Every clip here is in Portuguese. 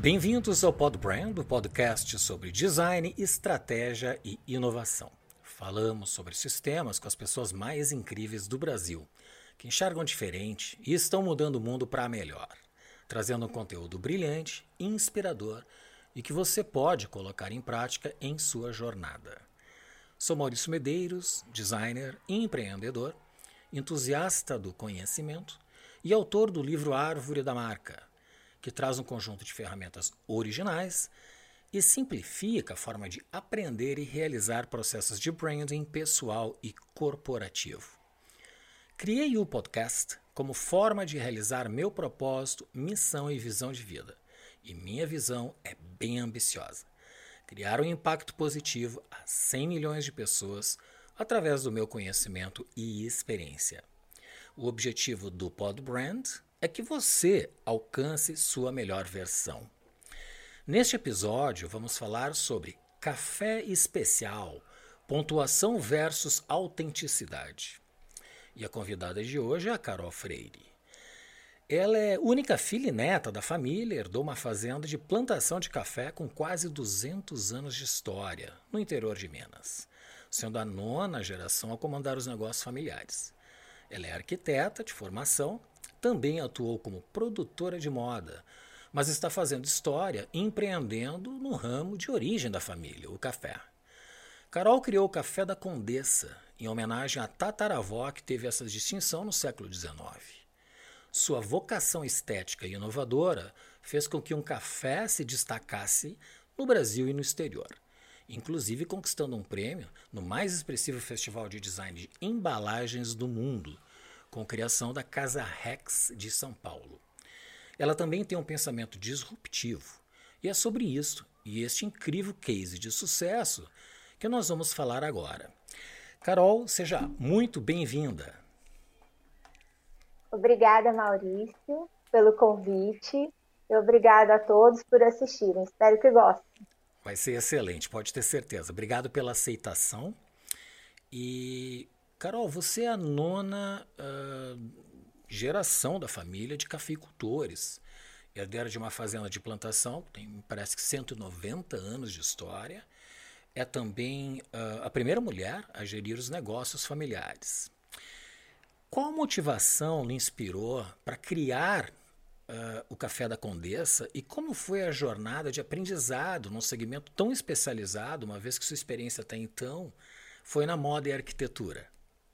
Bem-vindos ao PodBrand, o podcast sobre design, estratégia e inovação. Falamos sobre sistemas com as pessoas mais incríveis do Brasil, que enxergam diferente e estão mudando o mundo para melhor, trazendo um conteúdo brilhante, inspirador e que você pode colocar em prática em sua jornada. Sou Maurício Medeiros, designer e empreendedor, entusiasta do conhecimento e autor do livro Árvore da Marca, que traz um conjunto de ferramentas originais e simplifica a forma de aprender e realizar processos de branding pessoal e corporativo. Criei o podcast como forma de realizar meu propósito, missão e visão de vida. E minha visão é bem ambiciosa. Criar um impacto positivo a 100 milhões de pessoas através do meu conhecimento e experiência. O objetivo do PodBrand é que você alcance sua melhor versão. Neste episódio, vamos falar sobre café especial, pontuação versus autenticidade. E a convidada de hoje é a Carol Freire. Ela é única filha e neta da família, herdou uma fazenda de plantação de café com quase 200 anos de história, no interior de Minas, sendo a nona geração a comandar os negócios familiares. Ela é arquiteta de formação, também atuou como produtora de moda, mas está fazendo história e empreendendo no ramo de origem da família, o café. Carol criou o Café da Condessa, em homenagem à tataravó que teve essa distinção no século XIX. Sua vocação estética e inovadora fez com que um café se destacasse no Brasil e no exterior, inclusive conquistando um prêmio no mais expressivo festival de design de embalagens do mundo, com a criação da Casa Rex de São Paulo. Ela também tem um pensamento disruptivo, e é sobre isso e este incrível case de sucesso que nós vamos falar agora. Carol, seja muito bem-vinda. Obrigada, Maurício, pelo convite e obrigada a todos por assistirem. Espero que gostem. Vai ser excelente, pode ter certeza. Obrigado pela aceitação. E, Carol, você é a nona geração da família de cafeicultores. Herdeira de uma fazenda de plantação, tem parece que 190 anos de história. É também a primeira mulher a gerir os negócios familiares. Qual a motivação lhe inspirou para criar o Café da Condessa e como foi a jornada de aprendizado num segmento tão especializado, uma vez que sua experiência até então foi na moda e arquitetura?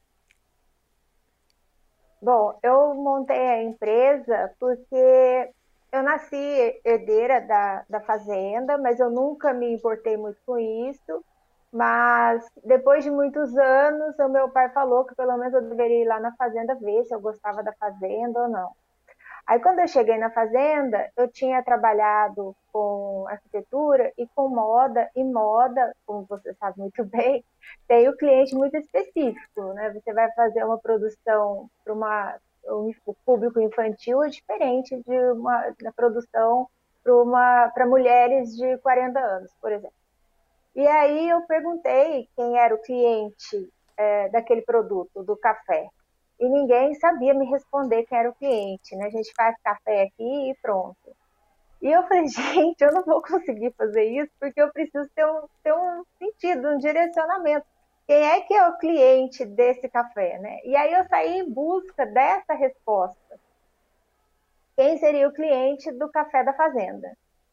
Bom, eu montei a empresa porque eu nasci herdeira da fazenda, mas eu nunca me importei muito com isso. Mas depois de muitos anos, o meu pai falou que pelo menos eu deveria ir lá na fazenda ver se eu gostava da fazenda ou não. Aí quando eu cheguei na fazenda, eu tinha trabalhado com arquitetura e com moda, e moda, como você sabe muito bem, tem o cliente muito específico, né? Você vai fazer uma produção para um público infantil é diferente da produção para mulheres de 40 anos, por exemplo. E aí eu perguntei quem era o cliente daquele produto, do café. E ninguém sabia me responder quem era o cliente, né? A gente faz café aqui e pronto. E eu falei, gente, eu não vou conseguir fazer isso porque eu preciso ter um sentido, um direcionamento. Quem é que é o cliente desse café, né? E aí eu saí em busca dessa resposta. Quem seria o cliente do café da fazenda?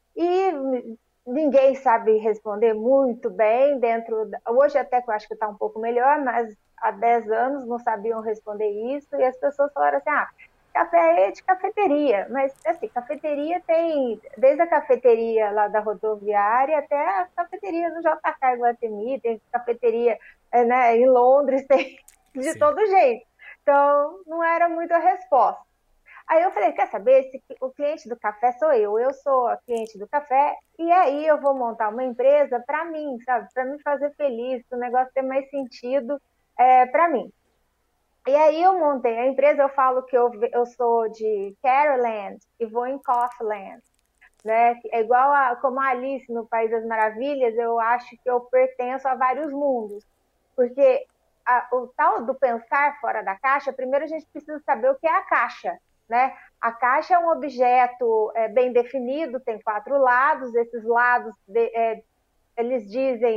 E ninguém sabe responder muito bem hoje até que eu acho que está um pouco melhor, mas há 10 anos não sabiam responder isso, e as pessoas falaram assim, café é de cafeteria, mas assim, cafeteria tem, desde a cafeteria lá da rodoviária até a cafeteria no JK Iguatemi, tem cafeteria né, em Londres, tem de Sim. todo jeito. Então, não era muito a resposta. Aí eu falei, quer saber, o cliente do café sou eu sou a cliente do café, e aí eu vou montar uma empresa para mim, sabe? Para me fazer feliz, para o negócio ter mais sentido para mim. E aí eu montei a empresa, eu falo que eu sou de Caroland e vou em Coffland, né? É igual como a Alice no País das Maravilhas, eu acho que eu pertenço a vários mundos, porque o tal do pensar fora da caixa, primeiro a gente precisa saber o que é a caixa. né? A caixa é um objeto bem definido, tem 4 lados, esses lados eles dizem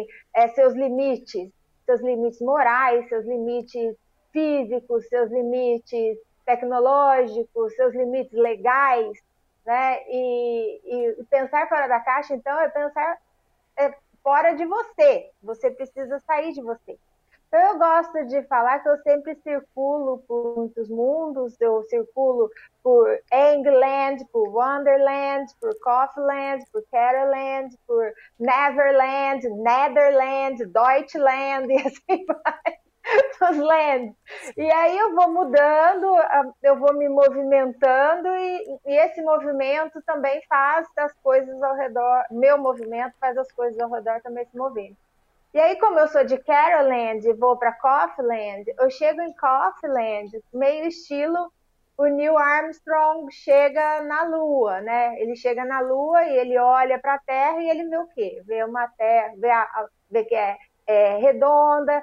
seus limites morais, seus limites físicos, seus limites tecnológicos, seus limites legais, né? E pensar fora da caixa, então, é pensar fora de você. Você precisa sair de você. Então, eu gosto de falar que eu sempre circulo por muitos mundos, eu circulo por England, por Wonderland, por Coffeeland, por Carolland, por Neverland, Netherland, Deutschland, e assim vai, os lands. E aí eu vou mudando, eu vou me movimentando, e esse movimento também faz as coisas ao redor, meu movimento faz as coisas ao redor também se moverem. E aí, como eu sou de Carolland e vou para Coffeeland, eu chego em Coffeeland, meio estilo o Neil Armstrong chega na Lua, né? Ele chega na Lua e ele olha para a Terra e ele vê o quê? Vê uma Terra, vê que é redonda,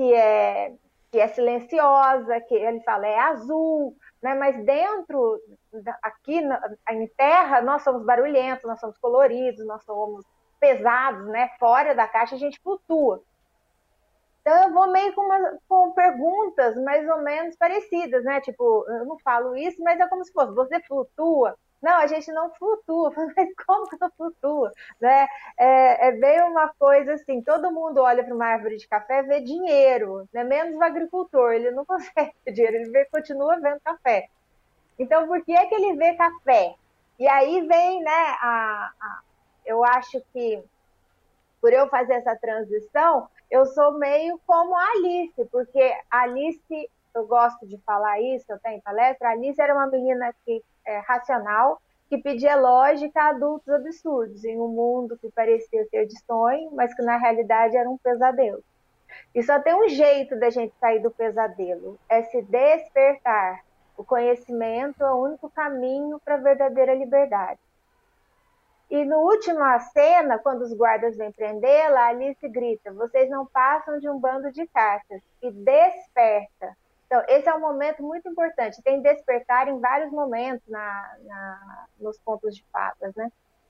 que é silenciosa, que ele fala é azul, né? Mas dentro, aqui em Terra, nós somos barulhentos, nós somos coloridos, nós somos pesados, né? Fora da caixa a gente flutua. Então eu vou meio com perguntas mais ou menos parecidas, né? Tipo, eu não falo isso, mas é como se fosse, você flutua? Não, a gente não flutua, mas como que não flutua? Né? É bem uma coisa assim, todo mundo olha para uma árvore de café e vê dinheiro, né? Menos o agricultor, ele não consegue ver dinheiro, ele continua vendo café. Então, por que é que ele vê café? E aí vem, né, eu acho que por eu fazer essa transição, eu sou meio como a Alice, porque a Alice, eu gosto de falar isso, eu tenho palestra, a Alice era uma menina racional, que pedia lógica a adultos absurdos, em um mundo que parecia ser de sonho, mas que na realidade era um pesadelo. E só tem um jeito da gente sair do pesadelo, é se despertar. O conhecimento é o único caminho para a verdadeira liberdade. E na última cena, quando os guardas vêm prendê-la, a Alice grita, vocês não passam de um bando de cartas, e desperta. Então, esse é um momento muito importante. Tem despertar em vários momentos nos contos de fadas, né?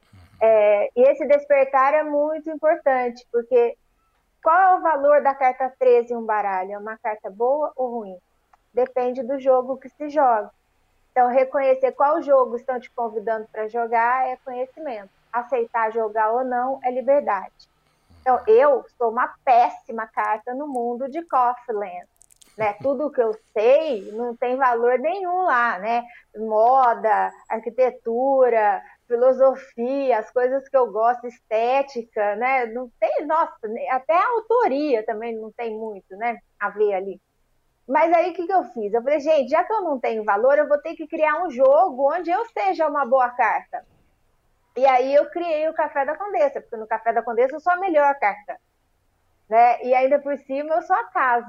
E esse despertar é muito importante, porque qual é o valor da carta 13 em um baralho? É uma carta boa ou ruim? Depende do jogo que se joga. Então, reconhecer qual jogo estão te convidando para jogar é conhecimento. Aceitar jogar ou não é liberdade. Então, eu sou uma péssima carta no mundo de Coffeeland. Né? Tudo que eu sei não tem valor nenhum lá, né? Moda, arquitetura, filosofia, as coisas que eu gosto, estética, né? Não tem, nossa, até a autoria também não tem muito, né? A ver ali. Mas aí o que eu fiz? Eu falei, gente, já que eu não tenho valor, eu vou ter que criar um jogo onde eu seja uma boa carta. E aí eu criei o Café da Condessa, porque no Café da Condessa eu sou a melhor carta. Né? E ainda por cima eu sou a casa.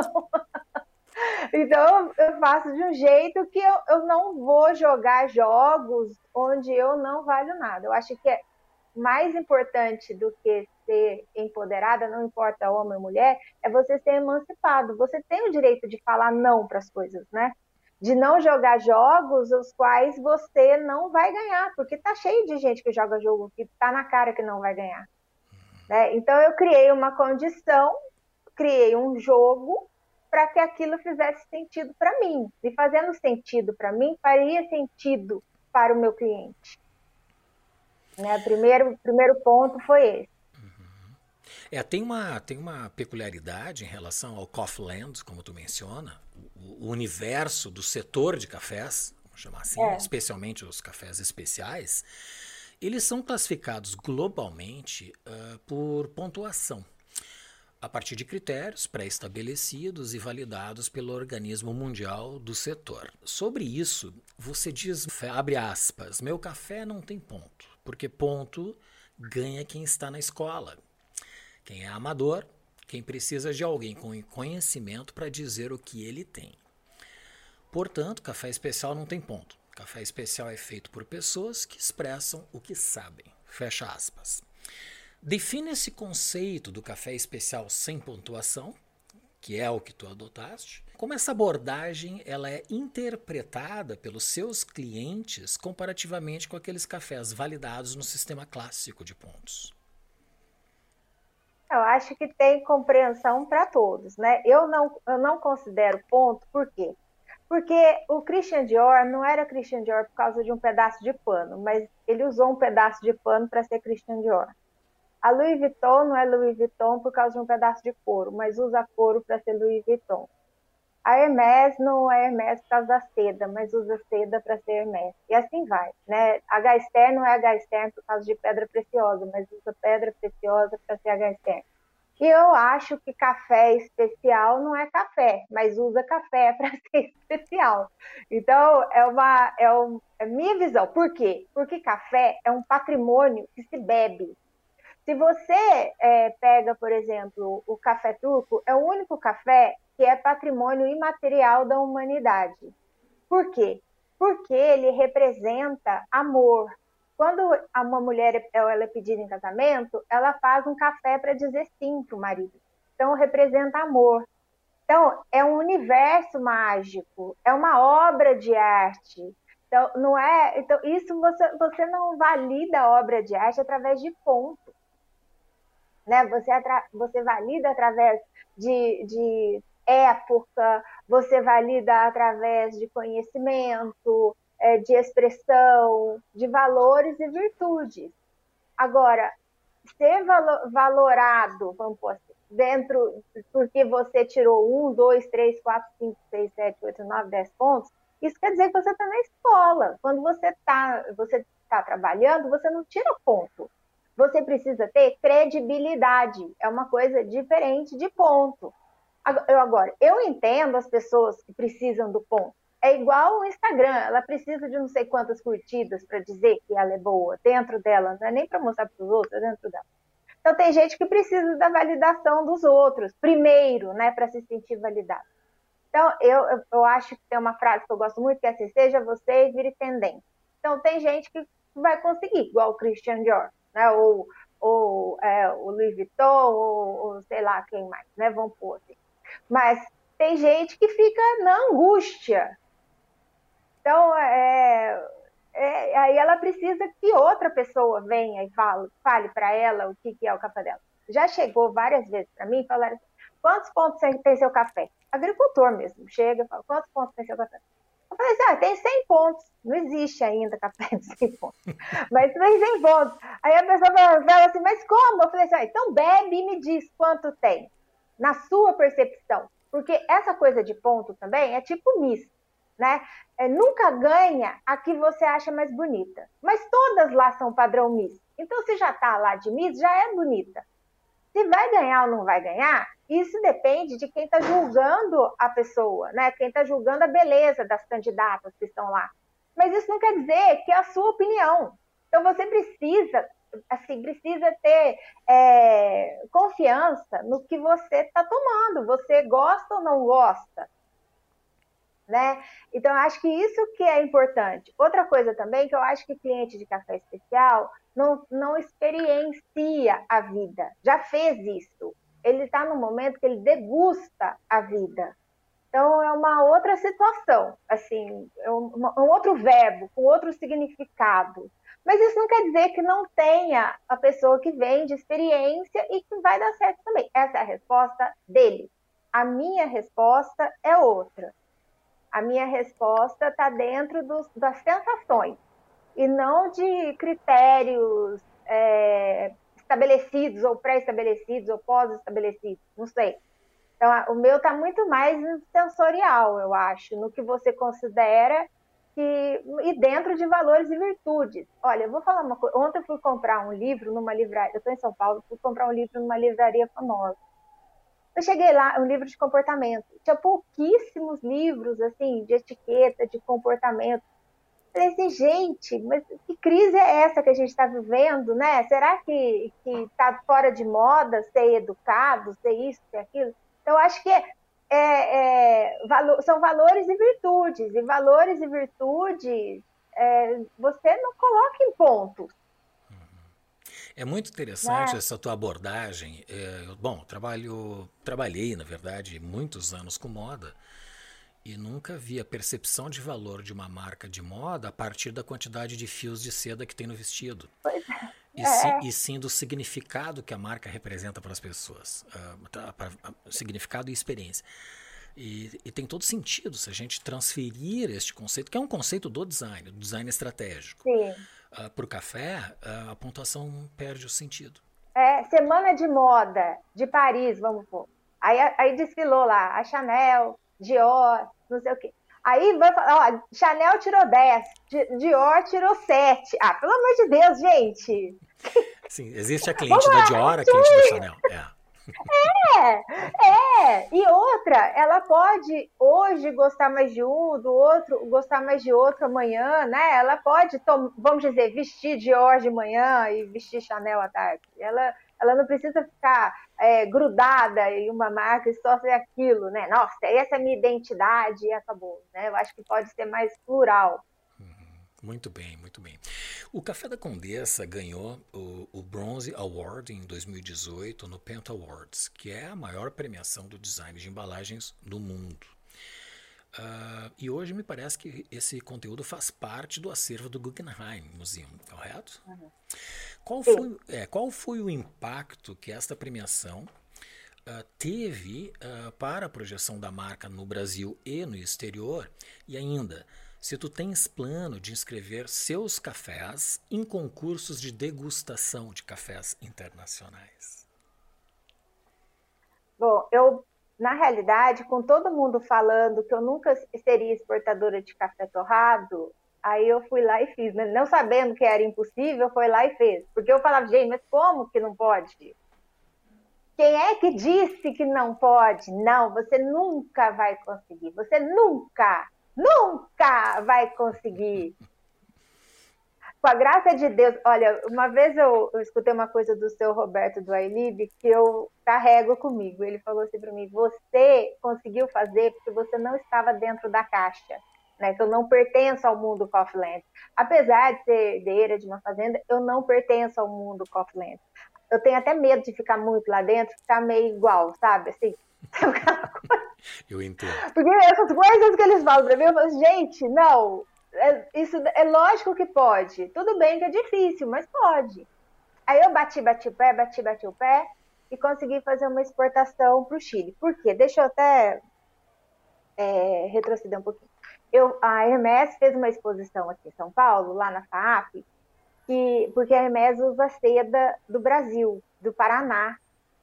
Então eu faço de um jeito que eu não vou jogar jogos onde eu não valho nada. Eu acho que é mais importante do que ser empoderada, não importa homem ou mulher, é você ser emancipado. Você tem o direito de falar não para as coisas, né? De não jogar jogos os quais você não vai ganhar, porque tá cheio de gente que joga jogo que tá na cara que não vai ganhar. Né? Então eu criei uma condição, criei um jogo para que aquilo fizesse sentido para mim. E fazendo sentido para mim, faria sentido para o meu cliente. Né? O primeiro ponto foi esse. Tem uma peculiaridade em relação ao Coffeeland, como tu menciona, o universo do setor de cafés, vamos chamar assim, especialmente os cafés especiais, eles são classificados globalmente por pontuação, a partir de critérios pré-estabelecidos e validados pelo Organismo Mundial do Setor. Sobre isso, você diz, abre aspas, meu café não tem ponto, porque ponto ganha quem está na escola. Quem é amador, quem precisa de alguém com conhecimento para dizer o que ele tem. Portanto, café especial não tem ponto. Café especial é feito por pessoas que expressam o que sabem. Fecha aspas. Define esse conceito do café especial sem pontuação, que é o que tu adotaste, como essa abordagem ela é interpretada pelos seus clientes comparativamente com aqueles cafés validados no sistema clássico de pontos? Eu acho que tem compreensão para todos, né? Eu não considero ponto, por quê? Porque o Christian Dior não era Christian Dior por causa de um pedaço de pano, mas ele usou um pedaço de pano para ser Christian Dior. A Louis Vuitton não é Louis Vuitton por causa de um pedaço de couro, mas usa couro para ser Louis Vuitton. A Hermès não é Hermès por causa da seda, mas usa seda para ser Hermès. E assim vai, né? A Gaster não é a Gaster por causa de pedra preciosa, mas usa pedra preciosa para ser a Gaster. E eu acho que café especial não é café, mas usa café para ser especial. Então, é minha visão. Por quê? Porque café é um patrimônio que se bebe. Se você pega, por exemplo, o café turco, é o único café que é patrimônio imaterial da humanidade. Por quê? Porque ele representa amor. Quando uma mulher ela é pedida em casamento, ela faz um café para dizer sim para o marido. Então, representa amor. Então, é um universo mágico, é uma obra de arte. Então, não é, então isso você não valida a obra de arte através de ponto, né? Você valida através de época, você valida através de conhecimento, de expressão, de valores e virtudes. Agora, ser valorado, vamos pôr assim, dentro, porque você tirou 1, 2, 3, 4, 5, 6, 7, 8, 9, 10 pontos, isso quer dizer que você está na escola. Quando você tá trabalhando, você não tira ponto. Você precisa ter credibilidade. É uma coisa diferente de ponto. Eu entendo as pessoas que precisam do ponto. É igual o Instagram, ela precisa de não sei quantas curtidas para dizer que ela é boa dentro dela, não é nem para mostrar para os outros, é dentro dela. Então tem gente que precisa da validação dos outros primeiro, né, para se sentir validado. Então eu acho que tem uma frase que eu gosto muito que é assim: seja você e vire tendência. Então tem gente que vai conseguir, igual o Christian Dior, né, ou o Louis Vuitton, ou sei lá quem mais, né, vão pôr assim. Mas tem gente que fica na angústia. Então, aí ela precisa que outra pessoa venha e fale para ela o que é o café dela. Já chegou várias vezes para mim e falaram assim: quantos pontos tem seu café? Agricultor mesmo, chega e fala: quantos pontos tem seu café? Eu falei assim: tem 100 pontos. Não existe ainda café de 100 pontos. Mas tem 100 pontos. Aí a pessoa fala assim: mas como? Eu falei assim: então bebe e me diz quanto tem, na sua percepção. Porque essa coisa de ponto também é tipo Miss, né? Nunca ganha a que você acha mais bonita. Mas todas lá são padrão Miss. Então, se já tá lá de Miss, já é bonita. Se vai ganhar ou não vai ganhar, isso depende de quem está julgando a pessoa, né? Quem está julgando a beleza das candidatas que estão lá. Mas isso não quer dizer que é a sua opinião. Então você precisa ter confiança no que você está tomando. Você gosta ou não gosta? Né? Então, eu acho que isso que é importante. Outra coisa também, que eu acho que cliente de café especial não experiencia a vida, já fez isso. Ele está no momento que ele degusta a vida. Então, é uma outra situação, assim, um outro verbo, com outro significado. Mas isso não quer dizer que não tenha a pessoa que vem de experiência e que vai dar certo também. Essa é a resposta dele. A minha resposta é outra. A minha resposta está dentro das sensações e não de critérios estabelecidos ou pré-estabelecidos ou pós-estabelecidos, não sei. Então, o meu está muito mais sensorial, eu acho, no que você considera e dentro de valores e virtudes. Olha, eu vou falar uma coisa. Ontem eu fui comprar um livro numa livraria, eu estou em São Paulo, fui comprar um livro numa livraria famosa. Eu cheguei lá, um livro de comportamento. Tinha pouquíssimos livros, assim, de etiqueta, de comportamento. Eu falei assim: gente, mas que crise é essa que a gente está vivendo, né? Será que está fora de moda ser educado, ser isso, ser aquilo? Então, acho que são valores e virtudes. E valores e virtudes, você não coloca em pontos. É muito interessante, né, essa tua abordagem. Trabalhei, na verdade, muitos anos com moda. e nunca vi a percepção de valor de uma marca de moda a partir da quantidade de fios de seda que tem no vestido. Pois E sim do significado que a marca representa para as pessoas. Significado e experiência. E tem todo sentido se a gente transferir este conceito, que é um conceito do design estratégico, para o café, a pontuação perde o sentido. Semana de moda de Paris, vamos pôr. Aí desfilou lá a Chanel, Dior, não sei o quê. Aí vai falar, ó, Chanel tirou 10, Dior tirou 7. Ah, pelo amor de Deus, gente! Sim, existe a cliente da Dior, a cliente da Chanel. E outra, ela pode hoje gostar mais de um, do outro gostar mais de outro amanhã, né? Ela pode, vamos dizer, vestir Dior de manhã e vestir Chanel à tarde. Ela não precisa ficar grudada em uma marca e só ser aquilo, né? Nossa, essa é a minha identidade e acabou, né? Eu acho que pode ser mais plural. Muito bem, muito bem. O Café da Condessa ganhou o Bronze Award em 2018 no Penta Awards, que é a maior premiação do design de embalagens do mundo. E hoje me parece que esse conteúdo faz parte do acervo do Guggenheim Museum, correto? Uhum. Qual foi o impacto que esta premiação teve para a projeção da marca no Brasil e no exterior? E ainda, se tu tens plano de inscrever seus cafés em concursos de degustação de cafés internacionais? Bom, na realidade, com todo mundo falando que eu nunca seria exportadora de café torrado, aí eu fui lá e fiz, né? Não sabendo que era impossível, foi lá e fez. Porque eu falava, gente, mas como que não pode? Quem é que disse que não pode? Não, você nunca vai conseguir. Você nunca vai conseguir. Com a graça de Deus, olha, uma vez eu escutei uma coisa do seu Roberto do iLib que eu carrego comigo. Ele falou assim para mim, você conseguiu fazer porque você não estava dentro da caixa, né? Que eu não pertenço ao mundo Coffeeland. Apesar de ser herdeira de uma fazenda, eu não pertenço ao mundo Coffeeland. Eu tenho até medo de ficar muito lá dentro, ficar meio igual, sabe? Assim, Eu entendo. Porque essas coisas que eles falam pra mim, eu falo, gente, não, isso é lógico que pode. Tudo bem que é difícil, mas pode. Aí eu bati o pé e consegui fazer uma exportação pro Chile. Por quê? Deixa eu até retroceder um pouquinho. A Hermès fez uma exposição aqui em São Paulo, lá na FAAP, porque a Hermès usa seda do Brasil, do Paraná,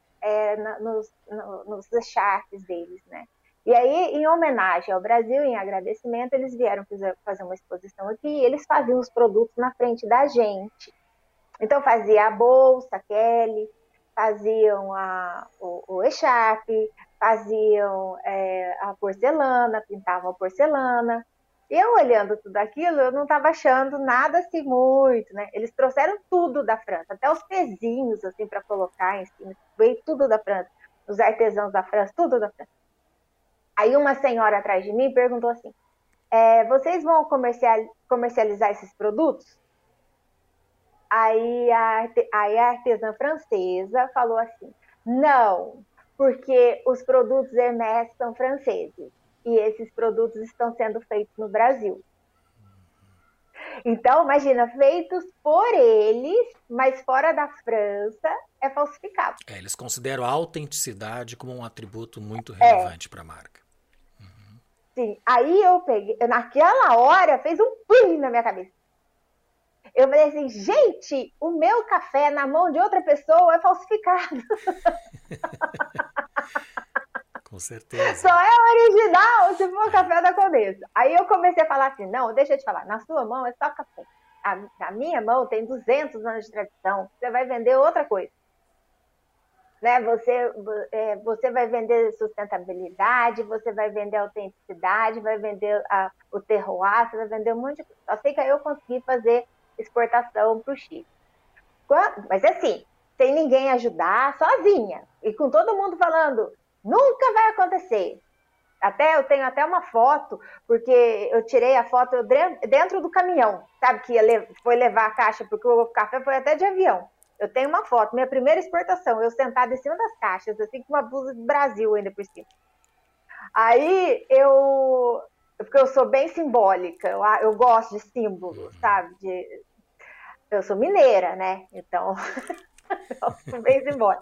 nos echarpes deles, né? E aí, em homenagem ao Brasil, em agradecimento, eles vieram fazer uma exposição aqui e eles faziam os produtos na frente da gente. Então, fazia a bolsa, Kelly, faziam o echarpe, faziam a porcelana, pintavam a porcelana. E eu olhando tudo aquilo, eu não estava achando nada assim muito, né? Eles trouxeram tudo da França, até os pezinhos, assim, para colocar em cima, veio tudo da França. Os artesãos da França, tudo da França. Aí uma senhora atrás de mim perguntou assim, vocês vão comercializar esses produtos? Aí a artesã francesa falou assim, não, porque os produtos Hermès são franceses e esses produtos estão sendo feitos no Brasil. Então, imagina, feitos por eles, mas fora da França, é falsificado. Eles consideram a autenticidade como um atributo muito relevante para a marca. Uhum. Sim, aí eu peguei, naquela hora, fez um pum na minha cabeça. Eu falei assim, gente, o meu café na mão de outra pessoa é falsificado. Com certeza. Só é original se for café da Condessa. Aí eu comecei a falar assim, não, deixa eu te falar, na sua mão é só café. Na minha mão tem 200 anos de tradição, você vai vender outra coisa. Né? Você vai vender sustentabilidade, você vai vender autenticidade, vai vender o terroir, você vai vender um monte de coisa. Só sei que aí eu consegui fazer exportação para o Chile. Mas assim, sem ninguém ajudar, sozinha. E com todo mundo falando, nunca vai acontecer. Eu tenho até uma foto, porque eu tirei a foto dentro do caminhão, sabe, que foi levar a caixa, porque o café foi até de avião. Eu tenho uma foto, minha primeira exportação, eu sentada em cima das caixas, assim, com uma blusa de Brasil ainda por cima. Aí porque eu sou bem simbólica, eu gosto de símbolos, sabe? Eu sou mineira, né? Então, eu sou bem simbólica.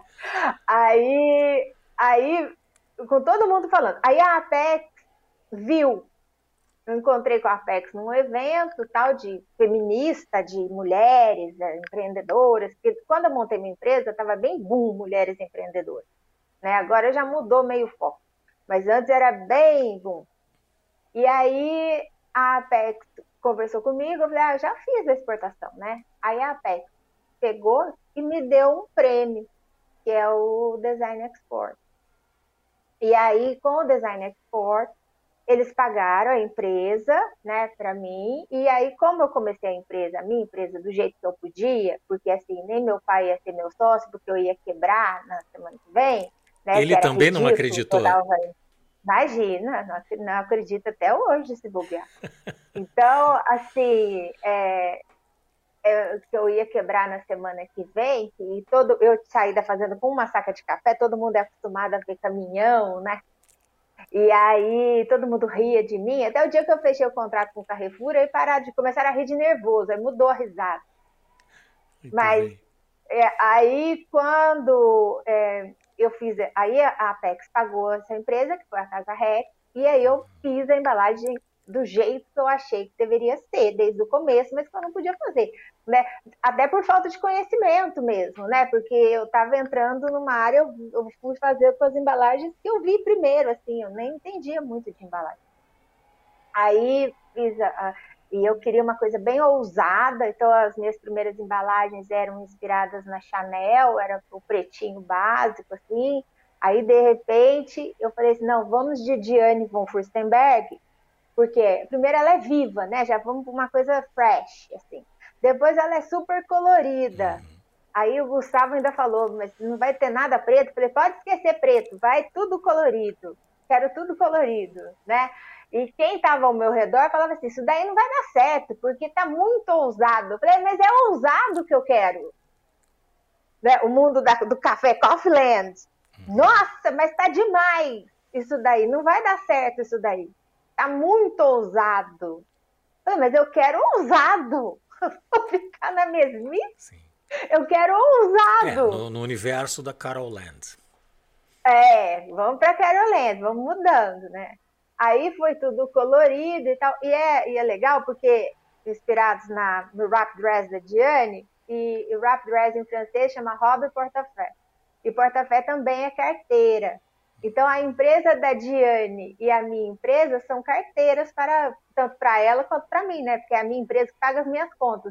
Aí, com todo mundo falando. Aí a Apex viu. Eu encontrei com a Apex num evento tal de feminista, de mulheres empreendedoras, porque quando eu montei minha empresa, estava bem boom mulheres empreendedoras. Né? Agora já mudou meio foco, mas antes era bem boom. E aí a Apex conversou comigo, eu falei, eu já fiz a exportação, né? Aí a Apex pegou e me deu um prêmio, que é o Design Export. E aí, com o Design Export, eles pagaram a empresa, né, para mim, e aí, como eu comecei a minha empresa do jeito que eu podia, porque assim, nem meu pai ia ser meu sócio, porque eu ia quebrar na semana que vem, né, que Ele era também não ridículo, eu acreditou. dava, imagina, não acredito até hoje se bobear. Então, assim, que eu ia quebrar na semana que vem, e eu saí da fazenda com uma saca de café, todo mundo é acostumado a ver caminhão, né? E aí todo mundo ria de mim, até o dia que eu fechei o contrato com o Carrefour, aí começaram a rir de nervoso, aí mudou a risada. Muito Mas bem. aí quando eu fiz, aí a Apex pagou essa empresa, que foi a Casa Rex, e aí eu fiz a embalagem do jeito que eu achei que deveria ser, desde o começo, mas que eu não podia fazer, né? Até por falta de conhecimento mesmo, né? Porque eu estava entrando numa área, eu fui fazer com as embalagens que eu vi primeiro, assim, eu nem entendia muito de embalagem. Aí fiz e eu queria uma coisa bem ousada, então as minhas primeiras embalagens eram inspiradas na Chanel, era o pretinho básico, assim. Aí, de repente, eu falei assim, não, vamos de Diane von Furstenberg, porque primeiro ela é viva, né? Já vamos para uma coisa fresh, assim. Depois ela é super colorida. Aí o Gustavo ainda falou, mas não vai ter nada preto? Eu falei, pode esquecer preto, vai tudo colorido. Quero tudo colorido, né? E quem estava ao meu redor falava assim, isso daí não vai dar certo, porque tá muito ousado. Eu falei, mas é ousado que eu quero. Né? O mundo do café Coffeeland. Nossa, mas tá demais isso daí. Não vai dar certo isso daí. Tá muito ousado. Eu falei, mas eu quero ousado. Vou ficar na mesmice? Sim. Eu quero ousado. No universo da Carol Land. Vamos para Carolina, vamos mudando, né? Aí foi tudo colorido e tal. E é legal porque inspirados no Wrap Dress da Diane, e o Wrap Dress em francês chama robe porta-fé. E porta-fé também é carteira. Então a empresa da Diane e a minha empresa são carteiras tanto para ela quanto para mim, né? Porque é a minha empresa que paga as minhas contas.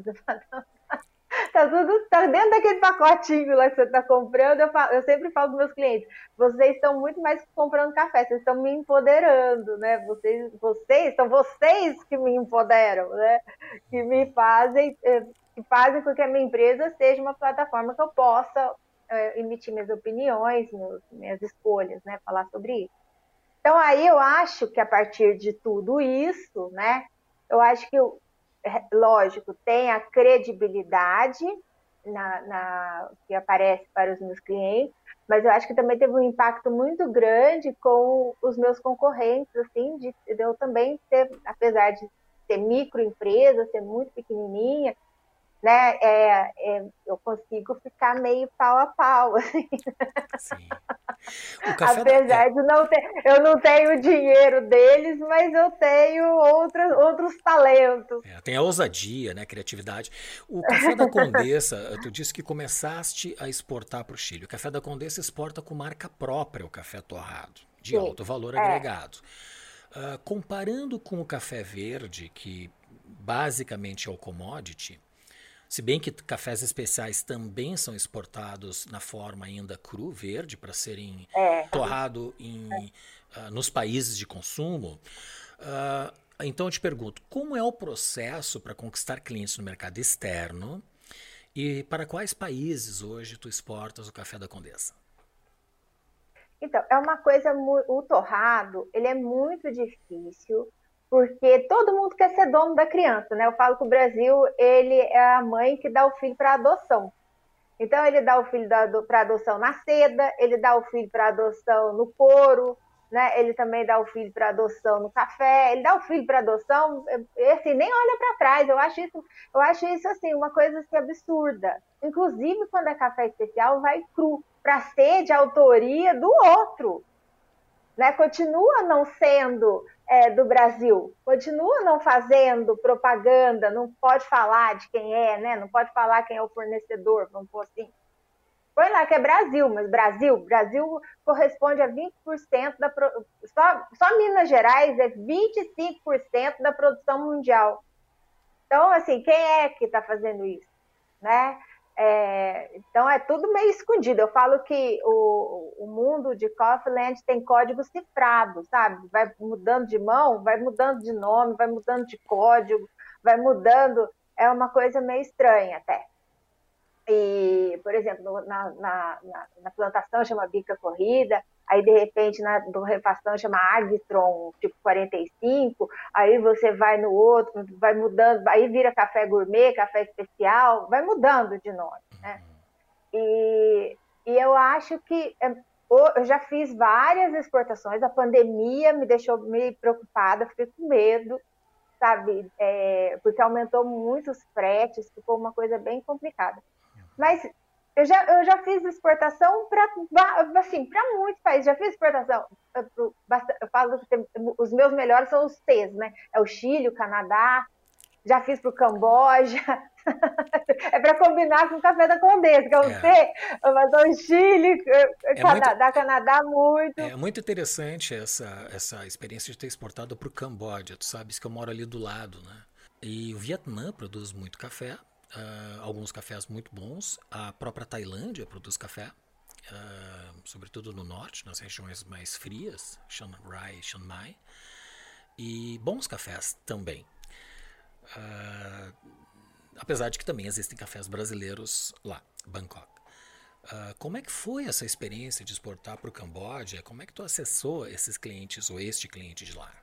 Tá dentro daquele pacotinho lá que você está comprando. Eu sempre falo para meus clientes, vocês estão muito mais que comprando café, vocês estão me empoderando, né? São vocês que me empoderam, né? Que fazem com que a minha empresa seja uma plataforma que eu possa emitir minhas opiniões, minhas escolhas, né? Falar sobre isso. Então aí eu acho que a partir de tudo isso, né? Eu acho que lógico, tem a credibilidade que aparece para os meus clientes, mas eu acho que também teve um impacto muito grande com os meus concorrentes, assim, de eu também ter, apesar de ser microempresa, ser muito pequenininha, né, eu consigo ficar meio pau a pau, assim. Sim. Apesar de eu não tenho o dinheiro deles, mas eu tenho outros talentos. Tem a ousadia, né, a criatividade. O Café da Condessa, tu disse que começaste a exportar para o Chile. O Café da Condessa exporta com marca própria o café torrado, de Sim, alto valor agregado. Comparando com o café verde, que basicamente é o commodity, se bem que cafés especiais também são exportados na forma ainda cru, verde, para serem torrado nos países de consumo. Então eu te pergunto, como é o processo para conquistar clientes no mercado externo e para quais países hoje tu exportas o café da Condessa? Então, é uma coisa, o torrado, ele é muito difícil, porque todo mundo quer ser dono da criança, né? Eu falo que o Brasil, ele é a mãe que dá o filho para adoção. Então, ele dá o filho para adoção na seda, ele dá o filho para adoção no couro, né? Ele também dá o filho para adoção no café, ele dá o filho para adoção, assim, nem olha para trás. Eu acho isso assim, uma coisa assim, absurda. Inclusive, quando é café especial, vai cru, para ser de autoria do outro. Né? Continua não sendo do Brasil, continua não fazendo propaganda, não pode falar de quem é, né? Não pode falar quem é o fornecedor, vamos pôr assim. Põe lá que é Brasil, mas Brasil corresponde a 20% da só Minas Gerais é 25% da produção mundial. Então, assim, quem é que está fazendo isso, né? Então é tudo meio escondido. Eu falo que o mundo de Coffeeland tem código cifrado, sabe? Vai mudando de mão, vai mudando de nome, vai mudando de código, vai mudando. É uma coisa meio estranha até. E, por exemplo, na plantação chama bica corrida, aí de repente na torrefação chama Agtron, tipo 45, aí você vai no outro, vai mudando, aí vira café gourmet, café especial, vai mudando de nome, né? E eu acho que eu já fiz várias exportações, a pandemia me deixou meio preocupada, fiquei com medo, sabe? Porque aumentou muito os fretes, ficou uma coisa bem complicada. Mas eu já fiz exportação para assim, muitos países. Já fiz exportação. Eu falo que os meus melhores são os Cs, né? É o Chile, o Canadá. Já fiz para o Camboja. É para combinar com o café da Condessa, que é o C, mas é o Chile, Canadá muito. É muito interessante essa experiência de ter exportado para o Camboja. Tu sabes que eu moro ali do lado, né? E o Vietnã produz muito café. Alguns cafés muito bons. A própria Tailândia produz café, sobretudo no norte, nas regiões mais frias, Chiang Rai, Chiang Mai, e bons cafés também. Apesar de que também existem cafés brasileiros lá, Bangkok. Como é que foi essa experiência de exportar para o Camboja? Como é que tu acessou esses clientes ou este cliente de lá?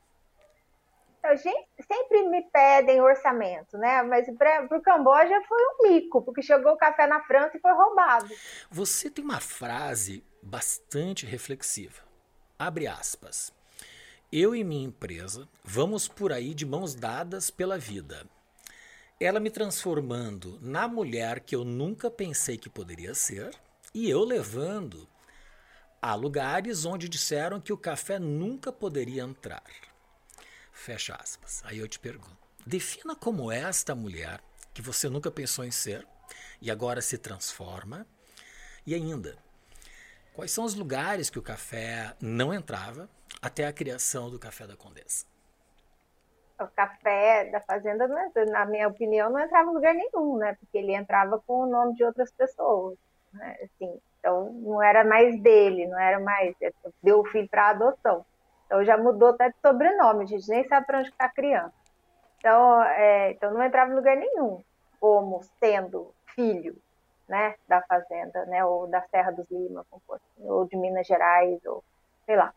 Sempre me pedem orçamento, né? Mas para o Camboja foi um mico, porque chegou o café na França e foi roubado. Você tem uma frase bastante reflexiva. Abre aspas. Eu e minha empresa vamos por aí de mãos dadas pela vida. Ela me transformando na mulher que eu nunca pensei que poderia ser e eu levando a lugares onde disseram que o café nunca poderia entrar. Fecha aspas. Aí eu te pergunto, defina como é esta mulher que você nunca pensou em ser e agora se transforma. E ainda, quais são os lugares que o café não entrava até a criação do Café da Condessa? O café da fazenda, na minha opinião, não entrava em lugar nenhum, né? Porque ele entrava com o nome de outras pessoas, né? Assim, então não era mais dele, não era mais, deu o filho para adoção. Então já mudou até de sobrenome, a gente nem sabe para onde está a criança. Então não entrava em lugar nenhum, como sendo filho, né, da fazenda, né, ou da Serra dos Lima, ou de Minas Gerais, ou sei lá.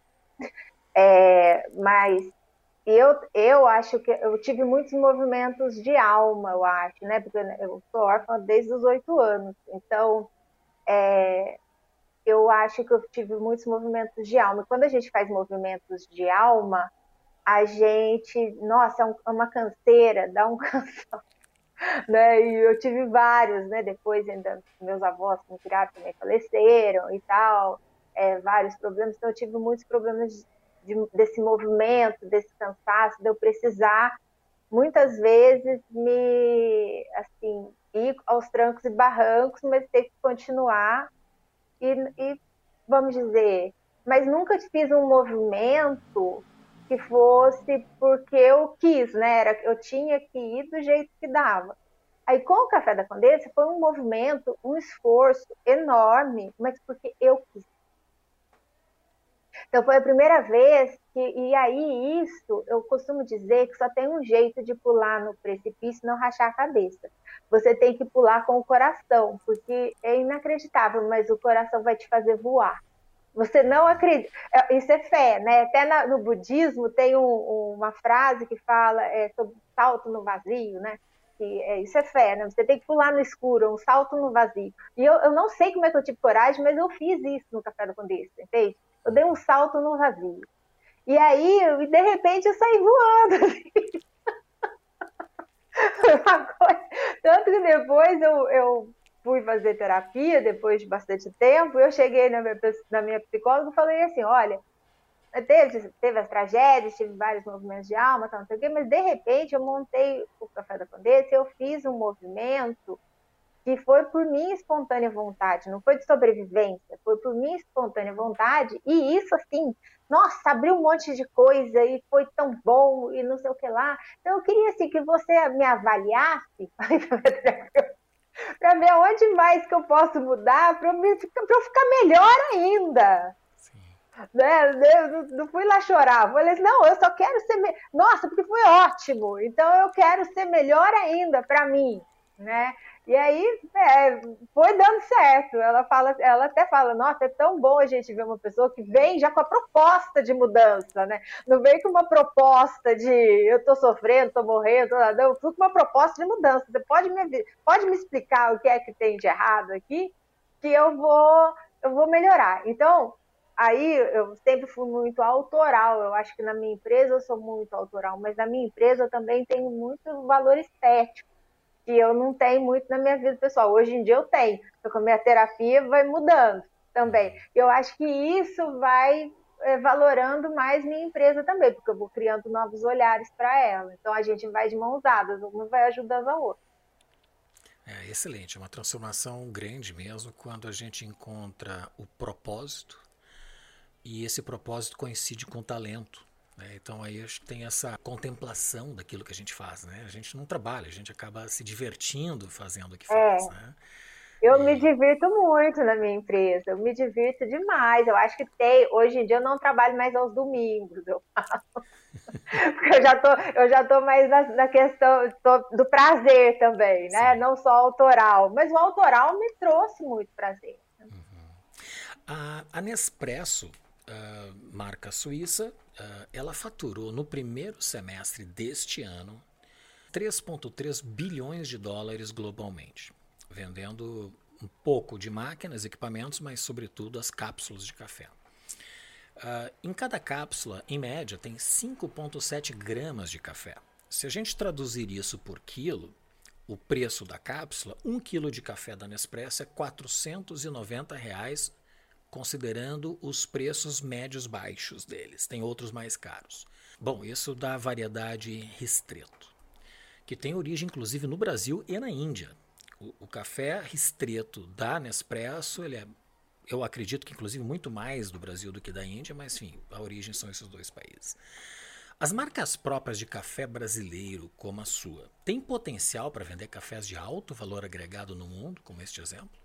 Mas eu acho que eu tive muitos movimentos de alma, eu acho, né, porque eu sou órfã desde os 8 anos. Então, eu acho que eu tive muitos movimentos de alma. E quando a gente faz movimentos de alma, a gente, nossa, é uma canseira, dá um cansaço, né? E eu tive vários, né? Depois ainda meus avós que me criaram também faleceram e tal, vários problemas. Então eu tive muitos problemas desse movimento, desse cansaço, de eu precisar muitas vezes assim, ir aos trancos e barrancos, mas ter que continuar e vamos dizer, mas nunca fiz um movimento que fosse porque eu quis, né? Eu tinha que ir do jeito que dava. Aí com o Café da Condessa foi um movimento, um esforço enorme, mas porque eu quis. Então foi a primeira vez e aí isso, eu costumo dizer que só tem um jeito de pular no precipício e não rachar a cabeça. Você tem que pular com o coração, porque é inacreditável, mas o coração vai te fazer voar. Você não acredita. Isso é fé, né? Até no budismo tem uma frase que fala sobre salto no vazio, né? Isso é fé, né? Você tem que pular no escuro, um salto no vazio. E eu não sei como é que eu tive coragem, mas eu fiz isso no Café da Condessa, entende? Eu dei um salto no vazio. E aí, de repente, eu saí voando. Tanto que depois eu fui fazer terapia, depois de bastante tempo, eu cheguei na minha psicóloga e falei assim, olha, teve as tragédias, tive vários movimentos de alma, tal, não sei o quê, mas de repente eu montei o Café da Condessa, eu fiz um movimento que foi por minha espontânea vontade, não foi de sobrevivência, foi por minha espontânea vontade, e isso assim, nossa, abriu um monte de coisa e foi tão bom e não sei o que lá. Então eu queria assim que você me avaliasse para ver onde mais que eu posso mudar para eu ficar melhor ainda. Né? Eu não fui lá chorar, falei assim, não, eu só quero ser nossa, porque foi ótimo, então eu quero ser melhor ainda para mim, né? E aí foi dando certo. Ela até fala, nossa, é tão bom a gente ver uma pessoa que vem já com a proposta de mudança, né? Não vem com uma proposta de eu tô sofrendo, tô morrendo, não, eu fui com uma proposta de mudança. Você pode me explicar o que é que tem de errado aqui, que eu vou melhorar. Então, aí eu sempre fui muito autoral. Eu acho que na minha empresa eu sou muito autoral, mas na minha empresa eu também tenho muito valor estético, que eu não tenho muito na minha vida pessoal. Hoje em dia eu tenho, porque a minha terapia vai mudando também. Eu acho que isso vai valorando mais minha empresa também, porque eu vou criando novos olhares para ela. Então a gente vai de mãos dadas, uma vai ajudando a outra. É excelente, é uma transformação grande mesmo quando a gente encontra o propósito e esse propósito coincide com o talento. Né? Então aí a gente tem essa contemplação daquilo que a gente faz. Né? A gente não trabalha, a gente acaba se divertindo fazendo o que faz. Né? Eu me divirto muito na minha empresa, eu me divirto demais. Eu acho que hoje em dia eu não trabalho mais aos domingos, eu falo. Porque eu já tô mais na questão do prazer também, né? Sim. Não só autoral, mas o autoral me trouxe muito prazer. A Nespresso, marca suíça, ela faturou no primeiro semestre deste ano 3,3 bilhões de dólares globalmente, vendendo um pouco de máquinas, equipamentos, mas sobretudo as cápsulas de café. Em cada cápsula, em média, tem 5,7 gramas de café. Se a gente traduzir isso por quilo, o preço da cápsula, 1 quilo de café da Nespresso é R$ 490, considerando os preços médios baixos deles. Tem outros mais caros. Bom, isso dá variedade Ristretto, que tem origem inclusive no Brasil e na Índia. O café Ristretto da Nespresso, ele é, eu acredito que inclusive muito mais do Brasil do que da Índia, mas enfim, a origem são esses dois países. As marcas próprias de café brasileiro, como a sua, têm potencial para vender cafés de alto valor agregado no mundo, como este exemplo?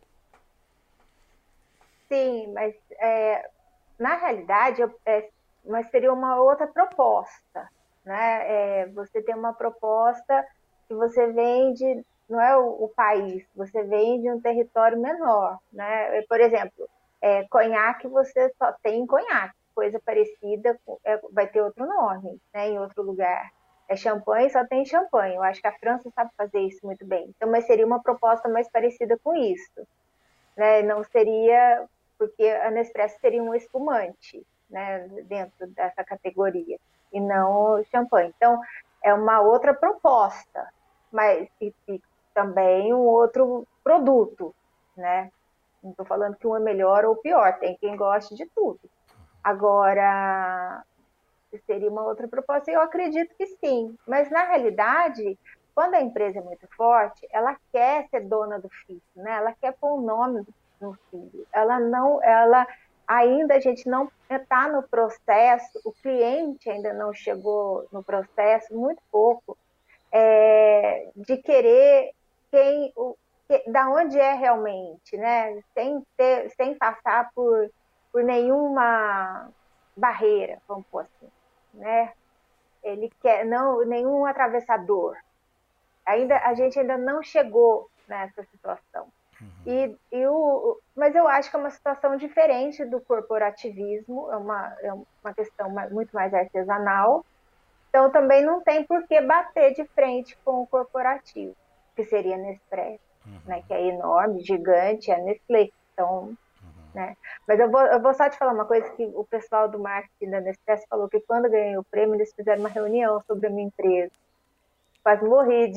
Sim, mas na realidade mas seria uma outra proposta, né? Você tem uma proposta que você vende, não é o país, você vende um território menor, né? Por exemplo, conhaque você só tem conhaque, coisa parecida vai ter outro nome, né? Em outro lugar. Champanhe, só tem champanhe. Eu acho que a França sabe fazer isso muito bem. Então, mas seria uma proposta mais parecida com isso, né? Não seria, porque a Nespresso seria um espumante, né, dentro dessa categoria, e não champanhe. Então, é uma outra proposta, mas e também um outro produto, né? Não estou falando que um é melhor ou pior, tem quem goste de tudo. Agora, seria uma outra proposta, e eu acredito que sim, mas na realidade, quando a empresa é muito forte, ela quer ser dona do filho, né? Ela quer pôr o nome no filho. Ainda a gente não está no processo, o cliente ainda não chegou no processo, muito pouco, de querer da onde é realmente, né? Sem passar por nenhuma barreira, vamos pôr assim, né? Ele quer nenhum atravessador. A gente ainda não chegou nessa situação. Mas eu acho que é uma situação diferente do corporativismo, é uma questão muito mais artesanal. Então, também não tem por que bater de frente com o corporativo, que seria a Nespresso, né, que é enorme, gigante, é a Nestlé. Então, né? Mas eu vou só te falar uma coisa que o pessoal do marketing da Nespresso falou que quando ganhei o prêmio, eles fizeram uma reunião sobre a minha empresa. Quase morri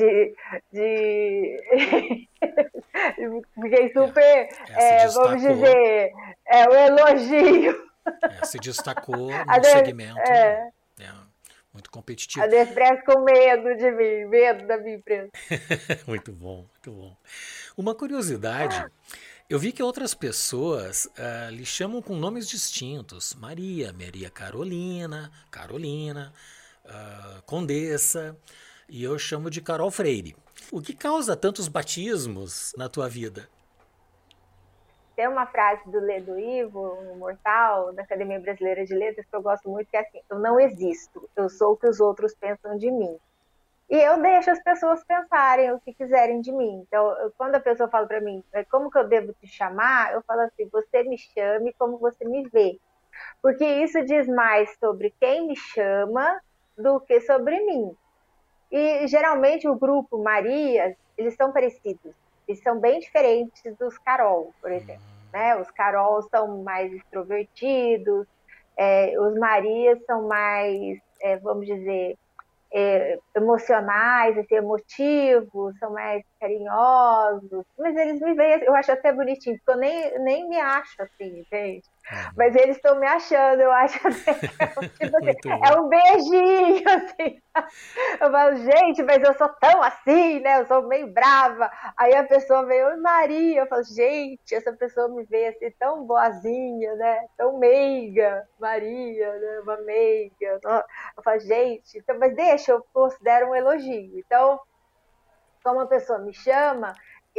de... Fiquei super, Se vamos destacou, dizer, o elogio. se destacou A, num Nes- segmento é, é, muito a competitivo. Nespresso com medo de mim, medo da minha empresa. Muito bom, muito bom. Uma curiosidade, eu vi que outras pessoas lhe chamam com nomes distintos. Maria, Maria Carolina, Carolina, Condessa, e eu chamo de Carol Freire. O que causa tantos batismos na tua vida? Tem uma frase do Ledo Ivo, o Mortal, da Academia Brasileira de Letras, que eu gosto muito, que é assim: eu não existo, eu sou o que os outros pensam de mim. E eu deixo as pessoas pensarem o que quiserem de mim. Então, quando a pessoa fala para mim, como que eu devo te chamar? Eu falo assim: você me chame como você me vê. Porque isso diz mais sobre quem me chama do que sobre mim. E geralmente o grupo Marias, eles são parecidos. Eles são bem diferentes dos Carol, por exemplo. Né? Os Carol são mais extrovertidos, os Marias são mais, vamos dizer, emocionais, assim, emotivos, são mais carinhosos, mas eles me veem, eu acho até bonitinho, porque eu nem me acho assim, gente. Mas eles estão me achando, eu acho até que tipo assim, Muito bom. um beijinho, assim. Eu falo, gente, mas eu sou tão assim, né? Eu sou meio brava. Aí a pessoa vem, oi Maria. Eu falo, gente, essa pessoa me vê assim tão boazinha, né? Tão meiga, Maria, né? Uma meiga. Eu falo, gente, então, mas deixa, eu considero um elogio. Então, como a pessoa me chama,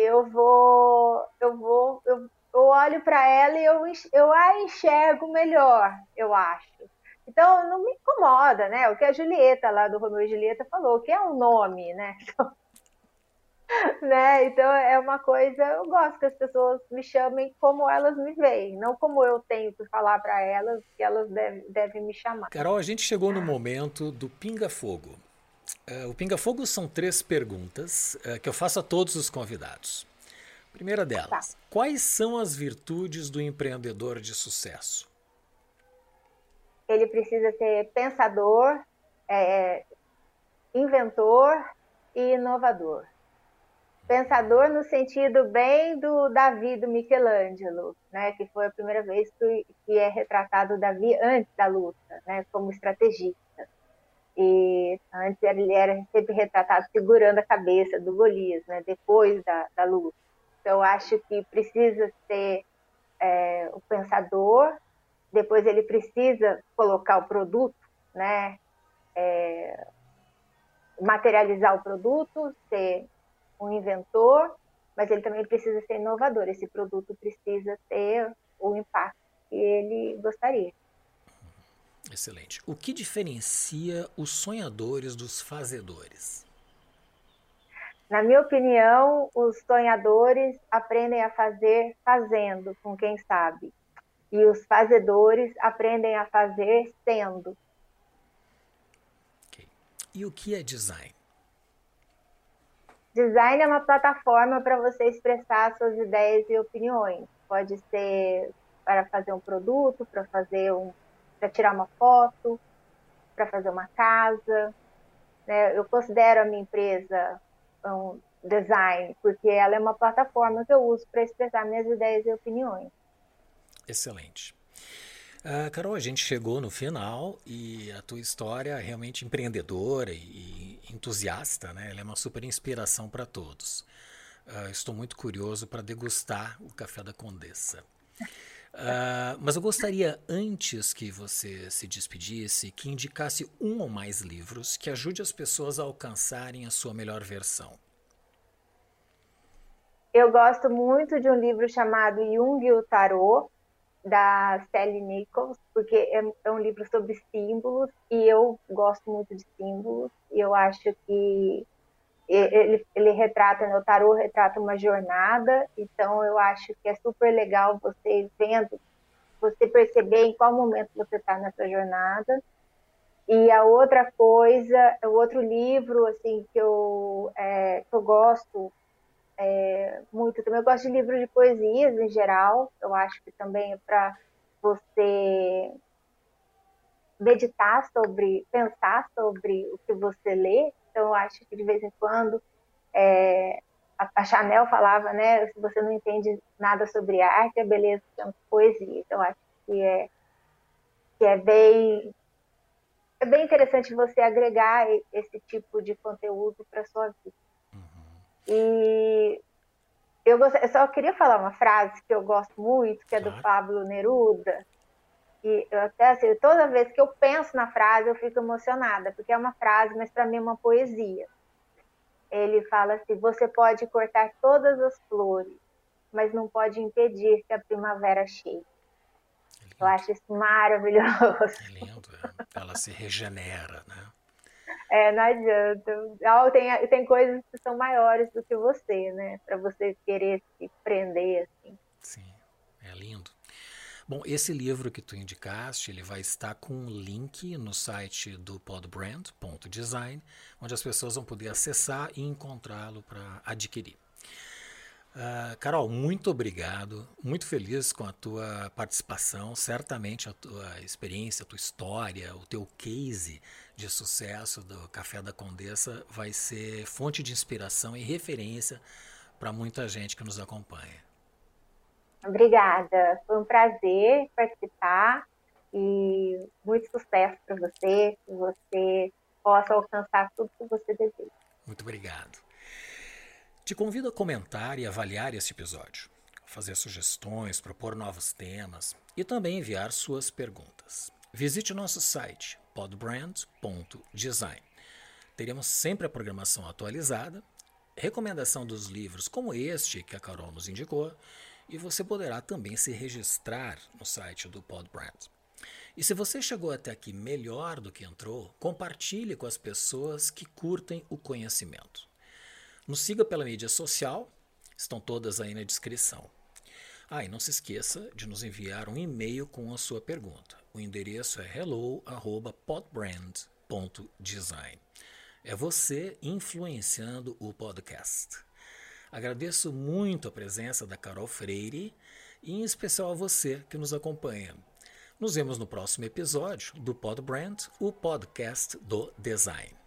eu olho para ela e eu a enxergo melhor, eu acho. Então, não me incomoda, né? O que a Julieta lá do Romeu e Julieta falou, que é um nome, né? Né? Então, é uma coisa, eu gosto que as pessoas me chamem como elas me veem, não como eu tenho que falar para elas que elas devem me chamar. Carol, a gente chegou no momento do pinga-fogo. O pinga-fogo são 3 perguntas que eu faço a todos os convidados. Primeira Tá. delas, quais são as virtudes do empreendedor de sucesso? Ele precisa ser pensador, é, inventor e inovador. Pensador no sentido bem do Davi do Michelangelo, né, que foi a primeira vez que é retratado o Davi antes da luta, né, como estrategista. E antes ele era sempre retratado segurando a cabeça do Golias, né, depois da luta. Então, eu acho que precisa ser o pensador, depois ele precisa colocar o produto, né, materializar o produto, ser um inventor, mas ele também precisa ser inovador. Esse produto precisa ter o impacto que ele gostaria. Excelente. O que diferencia os sonhadores dos fazedores? Na minha opinião, os sonhadores aprendem a fazer fazendo com quem sabe. E os fazedores aprendem a fazer sendo. Okay. E o que é design? Design é uma plataforma para você expressar suas ideias e opiniões. Pode ser para fazer um produto, para tirar uma foto, para fazer uma casa, né? Eu considero a minha empresa um design, porque ela é uma plataforma que eu uso para expressar minhas ideias e opiniões. Excelente. Carol, a gente chegou no final e a tua história é realmente empreendedora e entusiasta, né? Ela é uma super inspiração para todos. Estou muito curioso para degustar o café da Condessa. Mas eu gostaria, antes que você se despedisse, que indicasse um ou mais livros que ajude as pessoas a alcançarem a sua melhor versão. Eu gosto muito de um livro chamado Jung e o Tarot, da Sally Nichols, porque é um livro sobre símbolos e eu gosto muito de símbolos e eu acho que ele retrata, né, o tarô retrata uma jornada, então eu acho que é super legal você vendo, você perceber em qual momento você está nessa jornada. E a outra coisa, o outro livro assim que eu gosto muito também. Eu gosto de livros de poesias em geral. Eu acho que também é para você meditar sobre, pensar sobre o que você lê. Então, eu acho que de vez em quando a Chanel falava, né? Se você não entende nada sobre arte, é beleza, chama poesia. Então, eu acho que é bem interessante você agregar esse tipo de conteúdo para sua vida. E eu só queria falar uma frase que eu gosto muito, que é do Claro. Pablo Neruda. E eu até assim, toda vez que eu penso na frase, eu fico emocionada, porque é uma frase, mas para mim é uma poesia. Ele fala assim: você pode cortar todas as flores, mas não pode impedir que a primavera chegue. É Eu lindo. acho isso maravilhoso. É lindo. Ela se regenera, né? Não adianta. Tem coisas que são maiores do que você, né? Para você querer se prender assim. Sim, é lindo. Bom, esse livro que tu indicaste, ele vai estar com um link no site do podbrand.design, onde as pessoas vão poder acessar e encontrá-lo para adquirir. Carol, muito obrigado. Muito feliz com a tua participação. Certamente a tua experiência, a tua história, o teu case de sucesso do Café da Condessa vai ser fonte de inspiração e referência para muita gente que nos acompanha. Obrigada. Foi um prazer participar e muito sucesso para você, que você possa alcançar tudo que você deseja. Muito obrigado. Te convido a comentar e avaliar este episódio, fazer sugestões, propor novos temas e também enviar suas perguntas. Visite o nosso site podbrand.design. Teremos sempre a programação atualizada, recomendação dos livros como este que a Carol nos indicou, e você poderá também se registrar no site do Podbrand. E se você chegou até aqui melhor do que entrou, compartilhe com as pessoas que curtem o conhecimento. Nos siga pela mídia social, estão todas aí na descrição. E não se esqueça de nos enviar um e-mail com a sua pergunta. O endereço é hello@podbrand.design. É você influenciando o podcast. Agradeço muito a presença da Carol Freire e em especial a você que nos acompanha. Nos vemos no próximo episódio do Podbrand, o podcast do design.